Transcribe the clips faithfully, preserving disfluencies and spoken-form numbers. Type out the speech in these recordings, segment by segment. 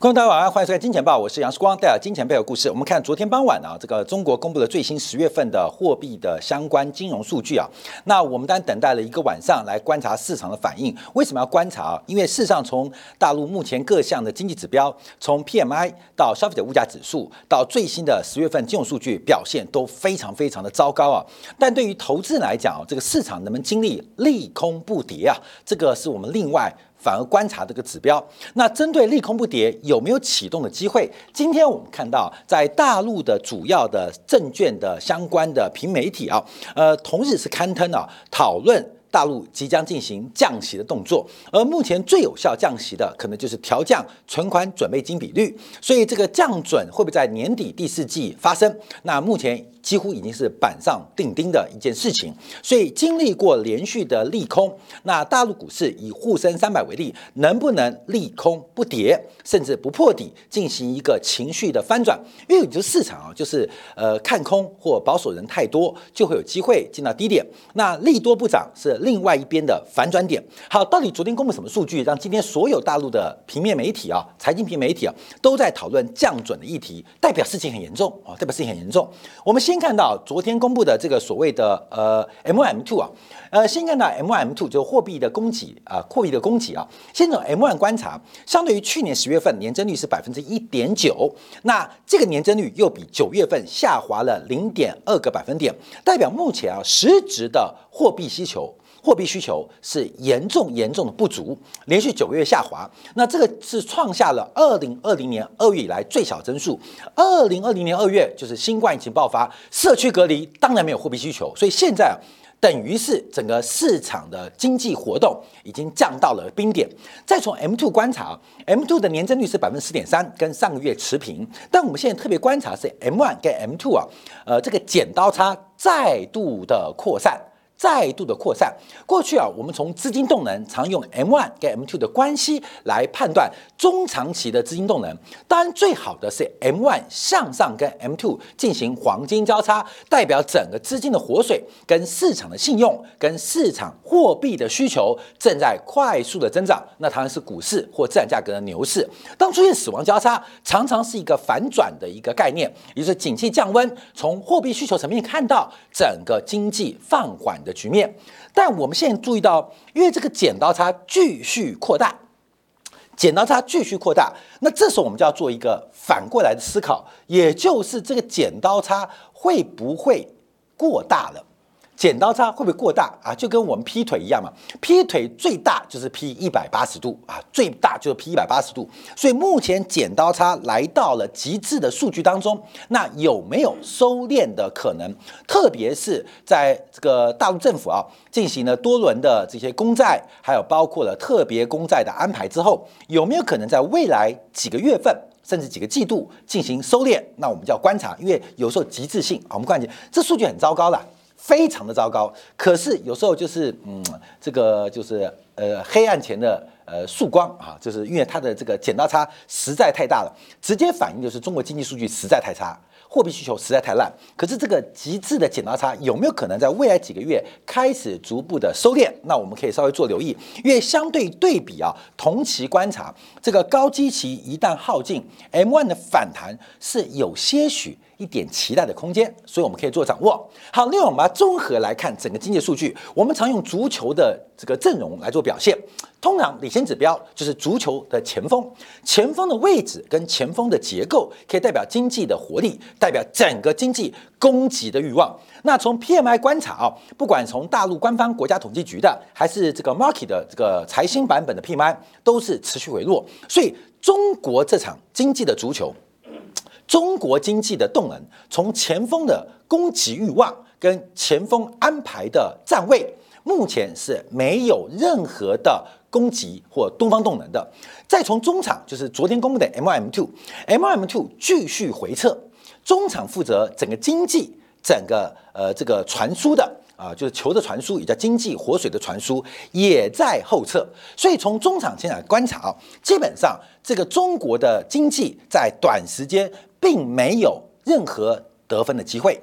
观众大家晚上欢迎收看《金钱报》，我是杨世光，带来金钱背后故事。我们看昨天傍晚啊，这个中国公布了最新十月份的货币的相关金融数据啊。那我们当然等待了一个晚上来观察市场的反应。为什么要观察啊？因为事实上从大陆目前各项的经济指标，从 P M I 到消费者物价指数，到最新的十月份金融数据表现都非常非常的糟糕啊。但对于投资人来讲，这个市场能不能经历利空不跌啊？这个是我们另外反而观察这个指标。那针对利空不跌有没有启动的机会？今天我们看到，在大陆的主要的证券的相关的平媒体啊，呃，同日是刊登啊讨论大陆即将进行降息的动作，而目前最有效降息的可能就是调降存款准备金比率，所以这个降准会不会在年底第四季发生？那目前几乎已经是板上钉钉的一件事情，所以经历过连续的利空，那大陆股市以沪深三百为例，能不能利空不跌，甚至不破底，进行一个情绪的翻转？因为有就是市场啊，就是呃看空或保守人太多，就会有机会进到低点。那利多不涨是另外一边的反转点。好，到底昨天公布什么数据，让今天所有大陆的平面媒体啊、财经平媒体啊都在讨论降准的议题，代表事情很严重啊，代表事情很严重。我们先看到昨天公布的这个所谓的呃 M 一 M 二 啊，呃，先看到 M 一 M 二 就是货币的供给啊，货币的供给啊。先从 M 一 观察，相对于去年十月份年增率是百分之一点九，那这个年增率又比九月份下滑了零点二个百分点，代表目前啊实质的货币需求。货币需求是严重严重的不足，连续九个月下滑，那这个是创下了二零二零年二月以来最小增速。二零二零年二月就是新冠疫情爆发，社区隔离，当然没有货币需求，所以现在啊，等于是整个市场的经济活动已经降到了冰点。再从 M 二 观察 ，M 二 的年增率是百分之十点三，跟上个月持平。但我们现在特别观察是 M 一 跟 M 二 啊，呃，这个剪刀差再度的扩散。再度的扩散。过去啊，我们从资金动能常用 M 一 跟 M 二 的关系来判断中长期的资金动能。当然，最好的是 M 一 向上跟 M 二 进行黄金交叉，代表整个资金的活水跟市场的信用跟市场货币的需求正在快速的增长。那当然是股市或资产价格的牛市。当出现死亡交叉，常常是一个反转的一个概念，也就是景气降温，从货币需求层面看到整个经济放缓的局面。但我们现在注意到，因为这个剪刀差继续扩大，剪刀差继续扩大，那这时候我们就要做一个反过来的思考，也就是这个剪刀差会不会过大了？剪刀差会不会过大啊？就跟我们劈腿一样嘛，劈腿最大就是劈一百八十度啊，最大就是劈一百八十度。所以目前剪刀差来到了极致的数据当中，那有没有收敛的可能？特别是在这个大陆政府啊进行了多轮的这些公债，还有包括了特别公债的安排之后，有没有可能在未来几个月份？甚至几个季度进行收敛？那我们就要观察，因为有时候极致性啊，我们关键这数据很糟糕啦。非常的糟糕，可是有时候就是嗯，这个就是呃黑暗前的呃曙光啊，就是因为它的这个剪刀差实在太大了，直接反映就是中国经济数据实在太差，货币需求实在太烂。可是这个极致的剪刀差有没有可能在未来几个月开始逐步的收敛？那我们可以稍微做留意，因为相对对比啊，同期观察这个高基期一旦耗尽 ，M 一 的反弹是有些许。一点期待的空间，所以我们可以做掌握。好，另外我们把它综合来看整个经济数据，我们常用足球的这个阵容来做表现。通常领先指标就是足球的前锋，前锋的位置跟前锋的结构可以代表经济的活力，代表整个经济供给的欲望。那从 P M I 观察啊，不管从大陆官方国家统计局的，还是这个 Market 的这个财新版本的 P M I， 都是持续回落。所以中国这场经济的足球。中国经济的动能，从前锋的供给欲望跟前锋安排的站位，目前是没有任何的攻击或东方动能的。再从中场，就是昨天公布的 M 一 M 二 ，M 一 M 二 继续回撤，中场负责整个经济整个呃这个传输的。啊，就是球的传输，也叫经济活水的传输，也在后撤。所以从中长期来观察啊，基本上这个中国的经济在短时间并没有任何得分的机会。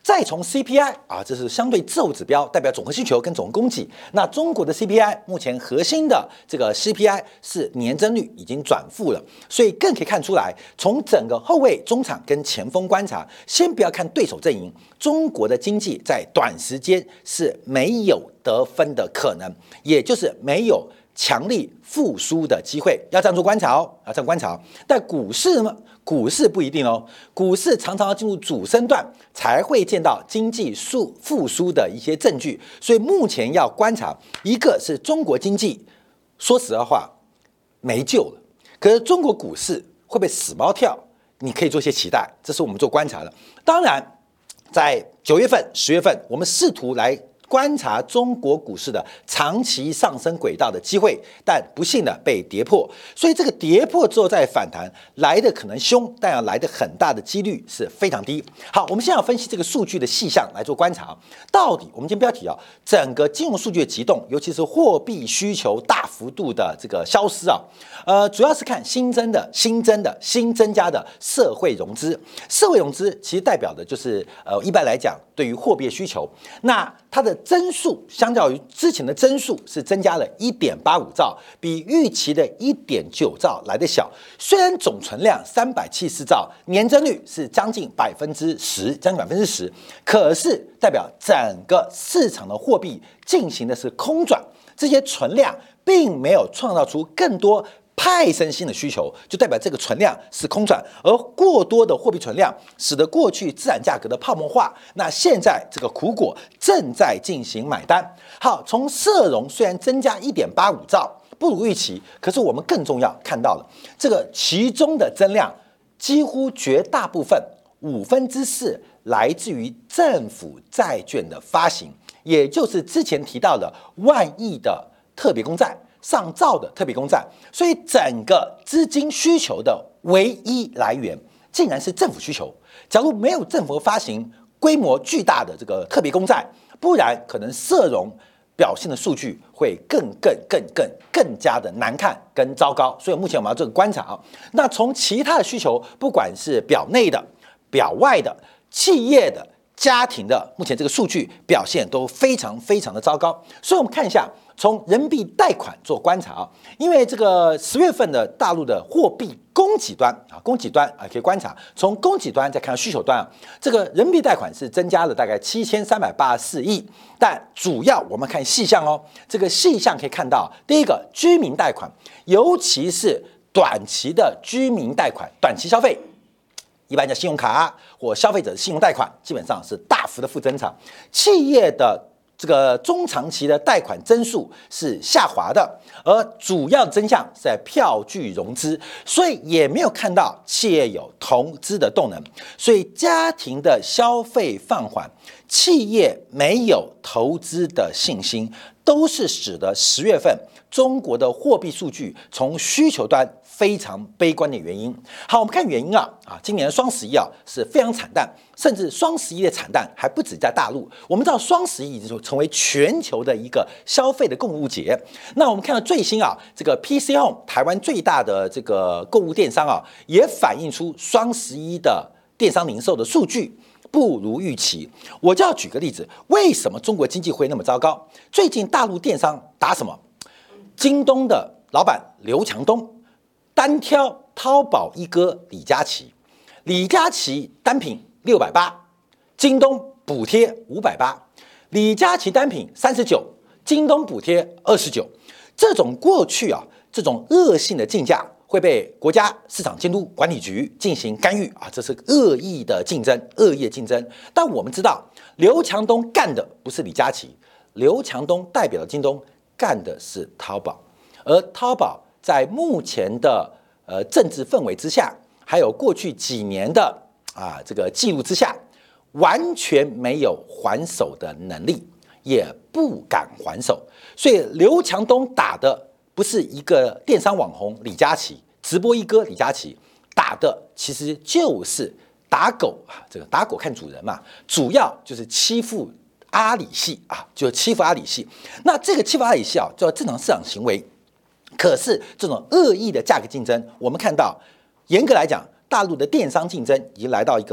再从 C P I 啊，这是相对滞后指标，代表总和需求跟总供给。那中国的 C P I 目前核心的这个 C P I 是年增率已经转负了，所以更可以看出来，从整个后卫、中场跟前锋观察，先不要看对手阵营，中国的经济在短时间是没有得分的可能，也就是没有强力复苏的机会，要这样做观察哦，要这样观察哦。但股市呢？股市不一定哦，股市常常要进入主升段才会见到经济复复苏的一些证据，所以目前要观察，一个是中国经济，说实话没救了，可是中国股市会不会死猫跳？你可以做些期待，这是我们做观察的。当然，在九月份、十月份，我们试图来观察中国股市的长期上升轨道的机会，但不幸的被跌破，所以这个跌破之后再反弹来的可能凶，但要来的很大的几率是非常低。好，我们现在要分析这个数据的细项来做观察，到底我们今天标题啊，整个金融数据的急动，尤其是货币需求大幅度的这个消失啊，呃，主要是看新增的、新增的、新增加的社会融资。社会融资其实代表的就是呃，一般来讲对于货币的需求，那它的增速相较于之前的增速是增加了 一点八五兆，比预期的 一点九兆来得小。虽然总存量三百七十四兆，年增率是将近百分之十，将近百分之十，可是代表整个市场的货币进行的是空转，这些存量并没有创造出更多派生性的需求，就代表这个存量是空转，而过多的货币存量使得过去资产价格的泡沫化，那现在这个苦果正在进行买单。好，从社融虽然增加 一点八五兆，不如预期，可是我们更重要看到了这个其中的增量几乎绝大部分五分之四来自于政府债券的发行，也就是之前提到的万亿的特别公债。上兆的特别公债，所以整个资金需求的唯一来源竟然是政府需求。假如没有政府发行规模巨大的这个特别公债，不然可能社融表现的数据会更更更更更加的难看跟糟糕。所以目前我们要做个观察啊。那从其他的需求，不管是表内的、表外的、企业的、家庭的，目前这个数据表现都非常非常的糟糕。所以我们看一下。从人民币贷款做观察啊，因为这个十月份的大陆的货币供给端啊，供给端啊可以观察，从供给端再看到需求端啊，这个人民币贷款是增加了大概七千三百八十四亿，但主要我们看细项哦，这个细项可以看到，第一个居民贷款，尤其是短期的居民贷款，短期消费。一般叫信用卡或消费者的信用贷款，基本上是大幅的负增长，企业的。这个中长期的贷款增速是下滑的，而主要的增项是在票据融资，所以也没有看到企业有投资的动能，所以家庭的消费放缓，企业没有投资的信心，都是使得十月份中国的货币数据从需求端非常悲观的原因。好，我们看原因啊啊，今年的双十一啊是非常惨淡，甚至双十一的惨淡还不止在大陆。我们知道双十一已经成为全球的一个消费的购物节。那我们看到最新啊，这个 P C Home 台湾最大的这个购物电商啊，也反映出双十一的电商零售的数据不如预期。我就要举个例子，为什么中国经济会那么糟糕？最近大陆电商打什么？京东的老板刘强东单挑淘宝一哥李佳琦，李佳琦单品六百八，京东补贴五百八，李佳琦单品三十九，京东补贴二十九。这种过去啊，这种恶性的竞价会被国家市场监督管理局进行干预啊，这是恶意的竞争，恶意的竞争。但我们知道，刘强东干的不是李佳琦，刘强东代表的京东干的是淘宝，而淘宝在目前的呃政治氛围之下，还有过去几年的啊这个记录之下，完全没有还手的能力，也不敢还手。所以刘强东打的不是一个电商网红李佳琦，直播一哥李佳琦，打的其实就是打狗啊，这个打狗看主人嘛，主要就是欺负阿里系啊，就是欺负阿里系。那这个欺负阿里系啊，叫正常市场行为。可是这种恶意的价格竞争，我们看到，严格来讲，大陆的电商竞争已经来到一个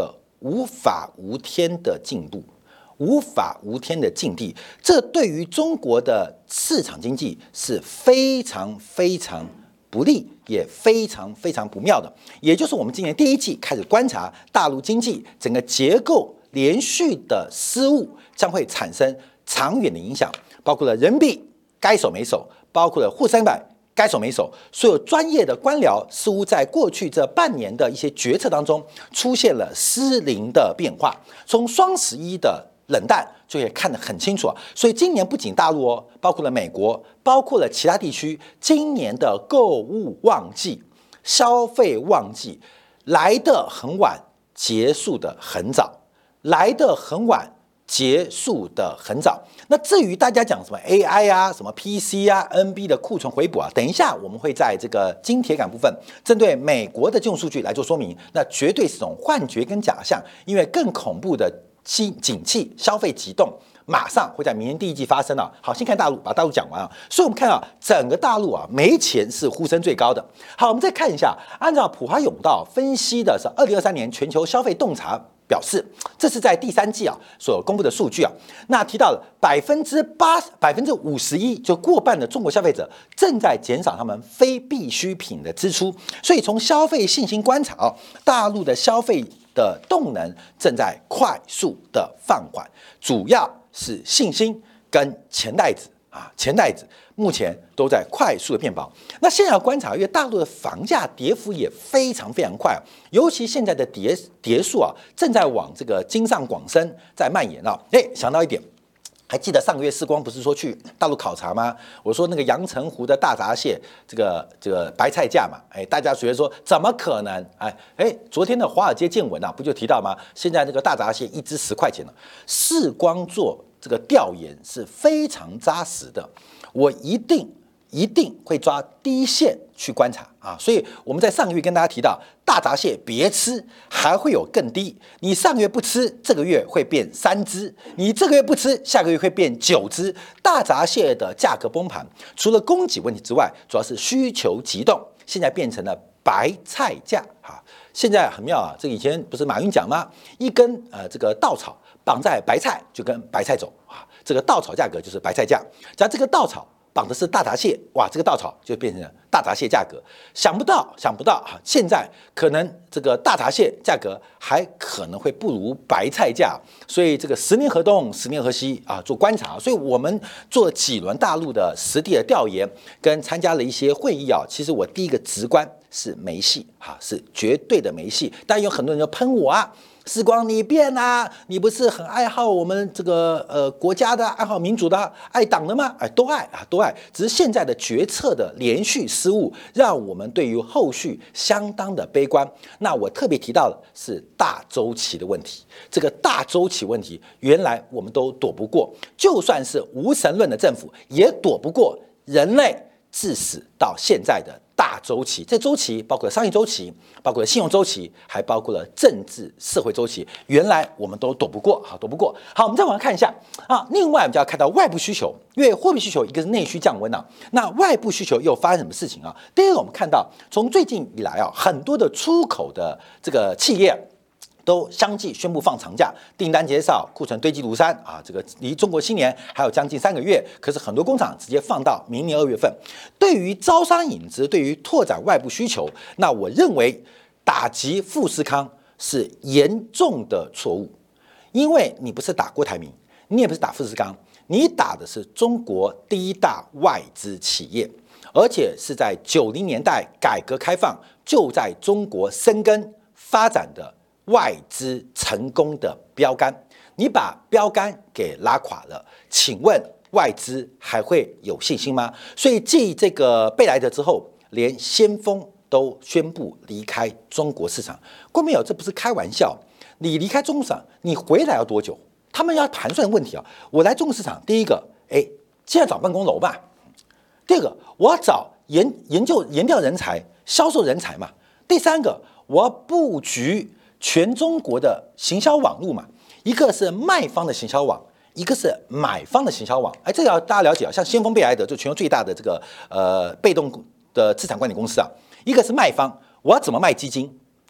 无法无天的进步，无法无天的境地，这对于中国的市场经济是非常非常不利，也非常非常不妙的。也就是我们今年第一季开始观察大陆经济整个结构连续的失误，将会产生长远的影响，包括了人民币该守没守，包括了沪三百该守没守，所有专业的官僚似乎在过去这半年的一些决策当中出现了失灵的变化。从双十一的冷淡就可以看得很清楚啊。所以今年不仅大陆哦，包括了美国，包括了其他地区，今年的购物旺季、消费旺季来得很晚，结束得很早，来得很晚。结束的很早。那至于大家讲什么 A I 啊、什么 P C 啊、N B 的库存回补啊，等一下我们会在这个金铁杆部分针对美国的金融数据来做说明。那绝对是种幻觉跟假象，因为更恐怖的景景气消费急动马上会在明年第一季发生了。好，先看大陆，把大陆讲完啊。所以我们看到整个大陆啊，没钱是呼声最高的。好，我们再看一下，按照普华永道分析的是二零二三年全球消费洞察。表示，这是在第三季啊所公布的数据啊。那提到了百分之八、百分之五十一，就过半的中国消费者正在减少他们非必需品的支出。所以从消费信心观察啊，大陆的消费的动能正在快速的放缓，主要是信心跟钱袋子啊，钱袋子目前都在快速的变薄。那现在要观察，因为大陆的房价跌幅也非常非常快，尤其现在的跌跌数啊，正在往这个京上广深在蔓延啊。哎，想到一点，还记得上个月世光不是说去大陆考察吗？我说那个阳澄湖的大闸蟹，这个这个白菜价嘛，哎，大家觉得说怎么可能？哎哎，昨天的华尔街见闻啊，不就提到吗？现在这个大闸蟹一只十块钱了。世光做这个调研是非常扎实的。我一定一定会抓第一线去观察啊，所以我们在上个月跟大家提到，大闸蟹别吃，还会有更低。你上个月不吃，这个月会变三只；你这个月不吃，下个月会变九只。大闸蟹的价格崩盘，除了供给问题之外，主要是需求急动，现在变成了白菜价啊。现在很妙啊，这以前不是马云讲吗？一根呃这个稻草绑在白菜，就跟白菜走啊。这个稻草价格就是白菜价，只要这个稻草绑的是大闸蟹，哇，这个稻草就变成了大闸蟹价格。想不到，想不到哈，现在可能这个大闸蟹价格还可能会不如白菜价，所以这个十年河东，十年河西啊，做观察。所以我们做了几轮大陆的实地的调研，跟参加了一些会议啊。其实我第一个直观是没戏哈，是绝对的没戏。但有很多人就喷我啊。时光你变啊，你不是很爱好我们这个呃国家的，爱好民主的，爱党的吗？哎，都爱啊，都爱。只是现在的决策的连续失误，让我们对于后续相当的悲观。那我特别提到的是大周期的问题，这个大周期问题，原来我们都躲不过，就算是无神论的政府，也躲不过人类自始到现在的大周期。这周期包括了商业周期，包括了信用周期，还包括了政治社会周期。原来我们都躲不过，好躲不过。好，我们再往下看一下啊。另外，我们就要看到外部需求，因为货币需求一个是内需降温啊，那外部需求又发生什么事情啊？第一个，我们看到从最近以来啊，很多的出口的这个企业都相继宣布放长假，订单减少，库存堆积如山啊！这个离中国新年还有将近三个月，可是很多工厂直接放到明年二月份。对于招商引资，对于拓展外部需求，那我认为打击富士康是严重的错误，因为你不是打郭台铭，你也不是打富士康，你打的是中国第一大外资企业，而且是在九零年代改革开放就在中国生根发展的外资成功的标杆，你把标杆给拉垮了，请问外资还会有信心吗？所以继这个贝莱德之后，连先锋都宣布离开中国市场。观众朋友，这不是开玩笑，你离开中国市场，你回来要多久？他们要盘算问题啊。我来中国市场，第一个，哎，现在找办公楼吧；第二个，我要找研研究研调人才、销售人才嘛；第三个，我要布局全中国的行销网路嘛，一个是卖方的行销网，一个是买方的行销网。哎，这个要大家了解啊，像先锋贝莱德就全球最大的这个呃被动的资产管理公司啊，一个是卖方，我要怎么卖基金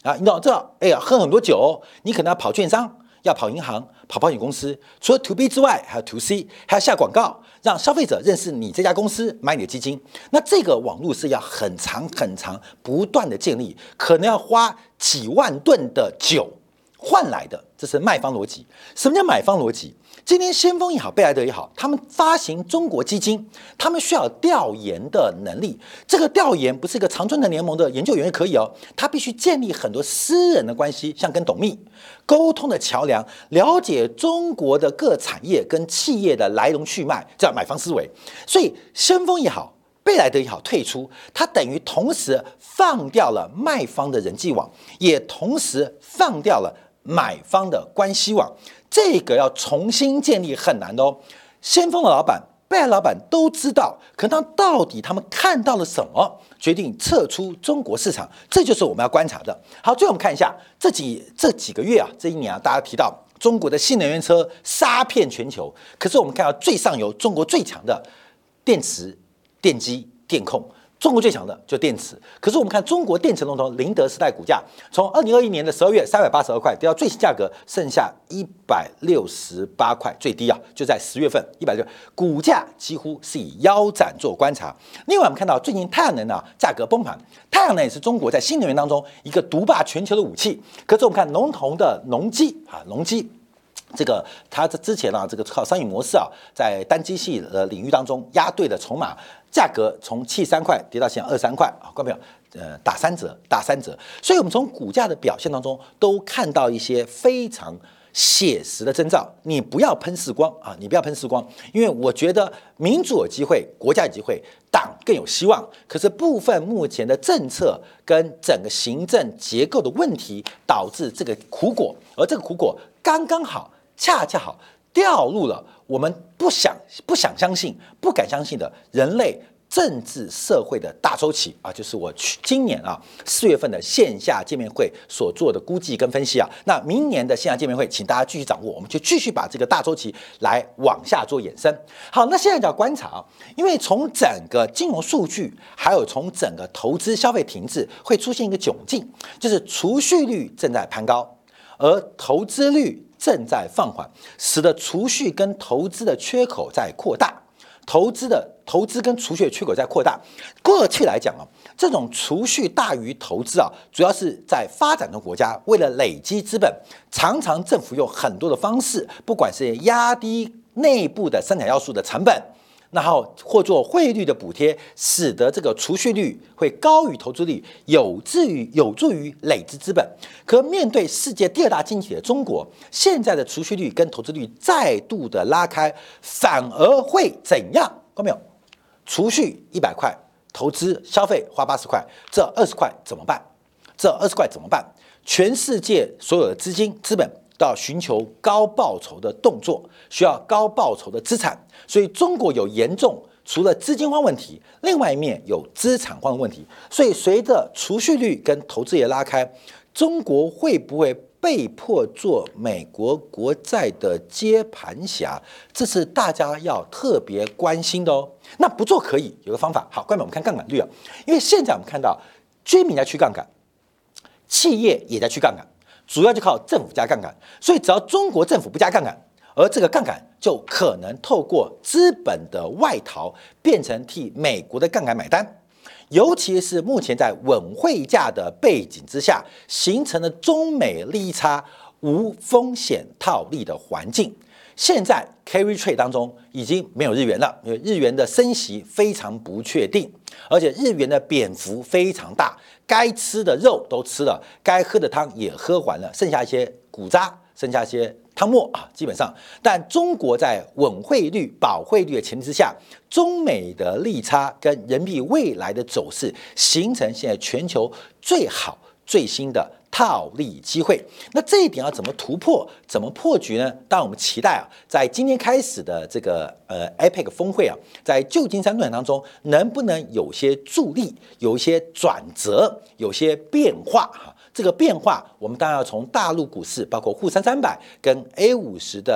啊，你知道这哎呀，喝很多酒，你可能要跑券商，要跑银行，跑保险公司。除了 to B 之外，还有 to C， 还要下广告，让消费者认识你这家公司，买你的基金。那这个网络是要很长很长，不断的建立，可能要花几万吨的酒换来的，这是卖方逻辑。什么叫买方逻辑？今天先锋也好，贝莱德也好，他们发行中国基金，他们需要调研的能力。这个调研不是一个常春藤联盟的研究员也可以哦，他必须建立很多私人的关系，像跟董秘沟通的桥梁，了解中国的各产业跟企业的来龙去脉，叫买方思维。所以先锋也好，贝莱德也好退出，它等于同时放掉了卖方的人际网，也同时放掉了买方的关系网。这个要重新建立很难的哦。先锋的老板、贝莱德老板都知道，可他到底他们看到了什么，决定撤出中国市场，这就是我们要观察的。好，最后我们看一下这几这几个月啊，这一年啊，大家提到中国的新能源车杀遍全球，可是我们看到最上游中国最强的电池、电机、电控。中国最强的就电池，可是我们看中国电池龙头宁德时代股价，从二零二一年的十二月三百八十二块跌到最新价格剩下一百六十八块，最低啊就在十月份一百六，股价几乎是以腰斩做观察。另外我们看到最近太阳能啊价格崩盘，太阳能也是中国在新能源当中一个独霸全球的武器。可是我们看龙头的农机啊，农机。这个它之前啊，这个靠商业模式啊，在单机系的领域当中压对的筹码，价格从七十三块跌到现在二十三块啊，看到没有？呃，打三折，打三折。所以我们从股价的表现当中都看到一些非常写实的征兆。你不要喷世光啊，你不要喷世光，因为我觉得民主有机会，国家有机会，党更有希望。可是部分目前的政策跟整个行政结构的问题，导致这个苦果，而这个苦果刚刚好。恰恰好掉入了我们不想、不想相信、不敢相信的人类政治社会的大周期啊，就是我去今年啊四月份的线下见面会所做的估计跟分析啊。那明年的线下见面会，请大家继续掌握，我们就继续把这个大周期来往下做延伸。好，那现在就要观察啊，因为从整个金融数据，还有从整个投资消费停滞，会出现一个窘境，就是储蓄率正在攀高，而投资率正在放缓，使得储蓄跟投资的缺口在扩大，投资的投资跟储蓄的缺口在扩大。过去来讲啊，这种储蓄大于投资啊，主要是在发展中国家为了累积资本，常常政府用很多的方式，不管是压低内部的生产要素的成本。然后或做汇率的补贴，使得这个储蓄率会高于投资率，有助于有助于累积资本。可面对世界第二大经济体的中国，现在的储蓄率跟投资率再度的拉开，反而会怎样？看到没有？储蓄一百块，投资消费花八十块，这二十块怎么办？这二十块怎么办？全世界所有的资金资本都要寻求高报酬的动作，需要高报酬的资产。所以中国有严重除了资金荒问题，另外一面有资产荒的问题。所以随着储蓄率跟投资也拉开，中国会不会被迫做美国国债的接盘侠？这是大家要特别关心的哦。那不做可以，有个方法。好，关于我们看杠杆率啊，因为现在我们看到居民在去杠杆，企业也在去杠杆，主要就靠政府加杠杆。所以只要中国政府不加杠杆，而这个杠杆就可能透过资本的外逃，变成替美国的杠杆买单。尤其是目前在稳汇价的背景之下，形成了中美利差无风险套利的环境。现在 carry trade 当中已经没有日元了，因为日元的升息非常不确定，而且日元的贬幅非常大，该吃的肉都吃了，该喝的汤也喝完了，剩下一些骨渣，剩下一些汤末啊，基本上，但中国在稳汇率、保汇率的前提之下，中美的利差跟人民币未来的走势，形成现在全球最好最新的套利机会。那这一点要怎么突破、怎么破局呢？当然，我们期待啊，在今天开始的这个呃 A P E C 峰会啊，在旧金山论坛当中，能不能有些助力、有一些转折、有些变化哈？这个变化，我们当然要从大陆股市，包括沪深三百跟 A 五十的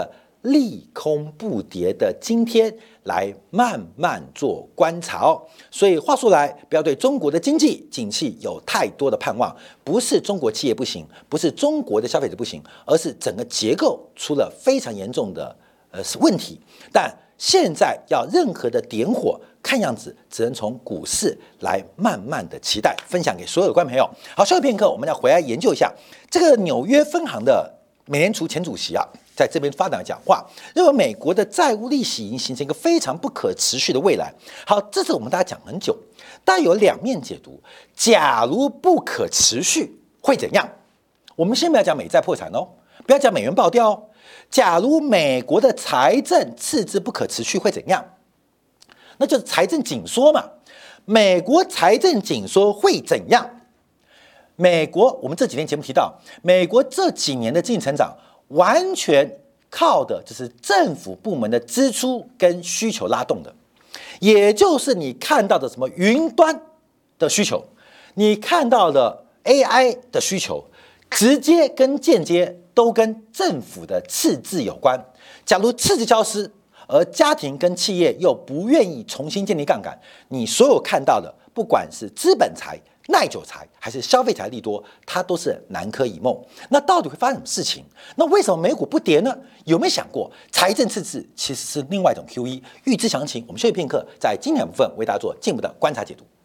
利空不跌的今天来慢慢做观察哦。所以话说来，不要对中国的经济景气有太多的盼望，不是中国企业不行，不是中国的消费者不行，而是整个结构出了非常严重的呃问题。但现在要任何的点火，看样子只能从股市来慢慢的期待，分享给所有的观众朋友。好，稍后片刻，我们要回来研究一下这个纽约分行的美联储前主席啊，在这边发表讲话，认为美国的债务利息已经形成一个非常不可持续的未来。好，这是我们大家讲很久，大家有两面解读。假如不可持续会怎样？我们先不要讲美债破产哦，不要讲美元爆掉哦。假如美国的财政赤字不可持续会怎样？那就是财政紧缩嘛。美国财政紧缩会怎样？美国，我们这几天节目提到，美国这几年的经济成长完全靠的就是政府部门的支出跟需求拉动的，也就是你看到的什么云端的需求，你看到的 A I 的需求，直接跟间接都跟政府的赤字有关。假如赤字消失，而家庭跟企业又不愿意重新建立杠杆，你所有看到的，不管是资本财、耐久财还是消费财利多，它都是南柯一梦。那到底会发生什么事情？那为什么美股不跌呢？有没有想过，财政赤字其实是另外一种 Q E？ 预知详情，我们休息片刻，在今天的部分为大家做进一步的观察解读。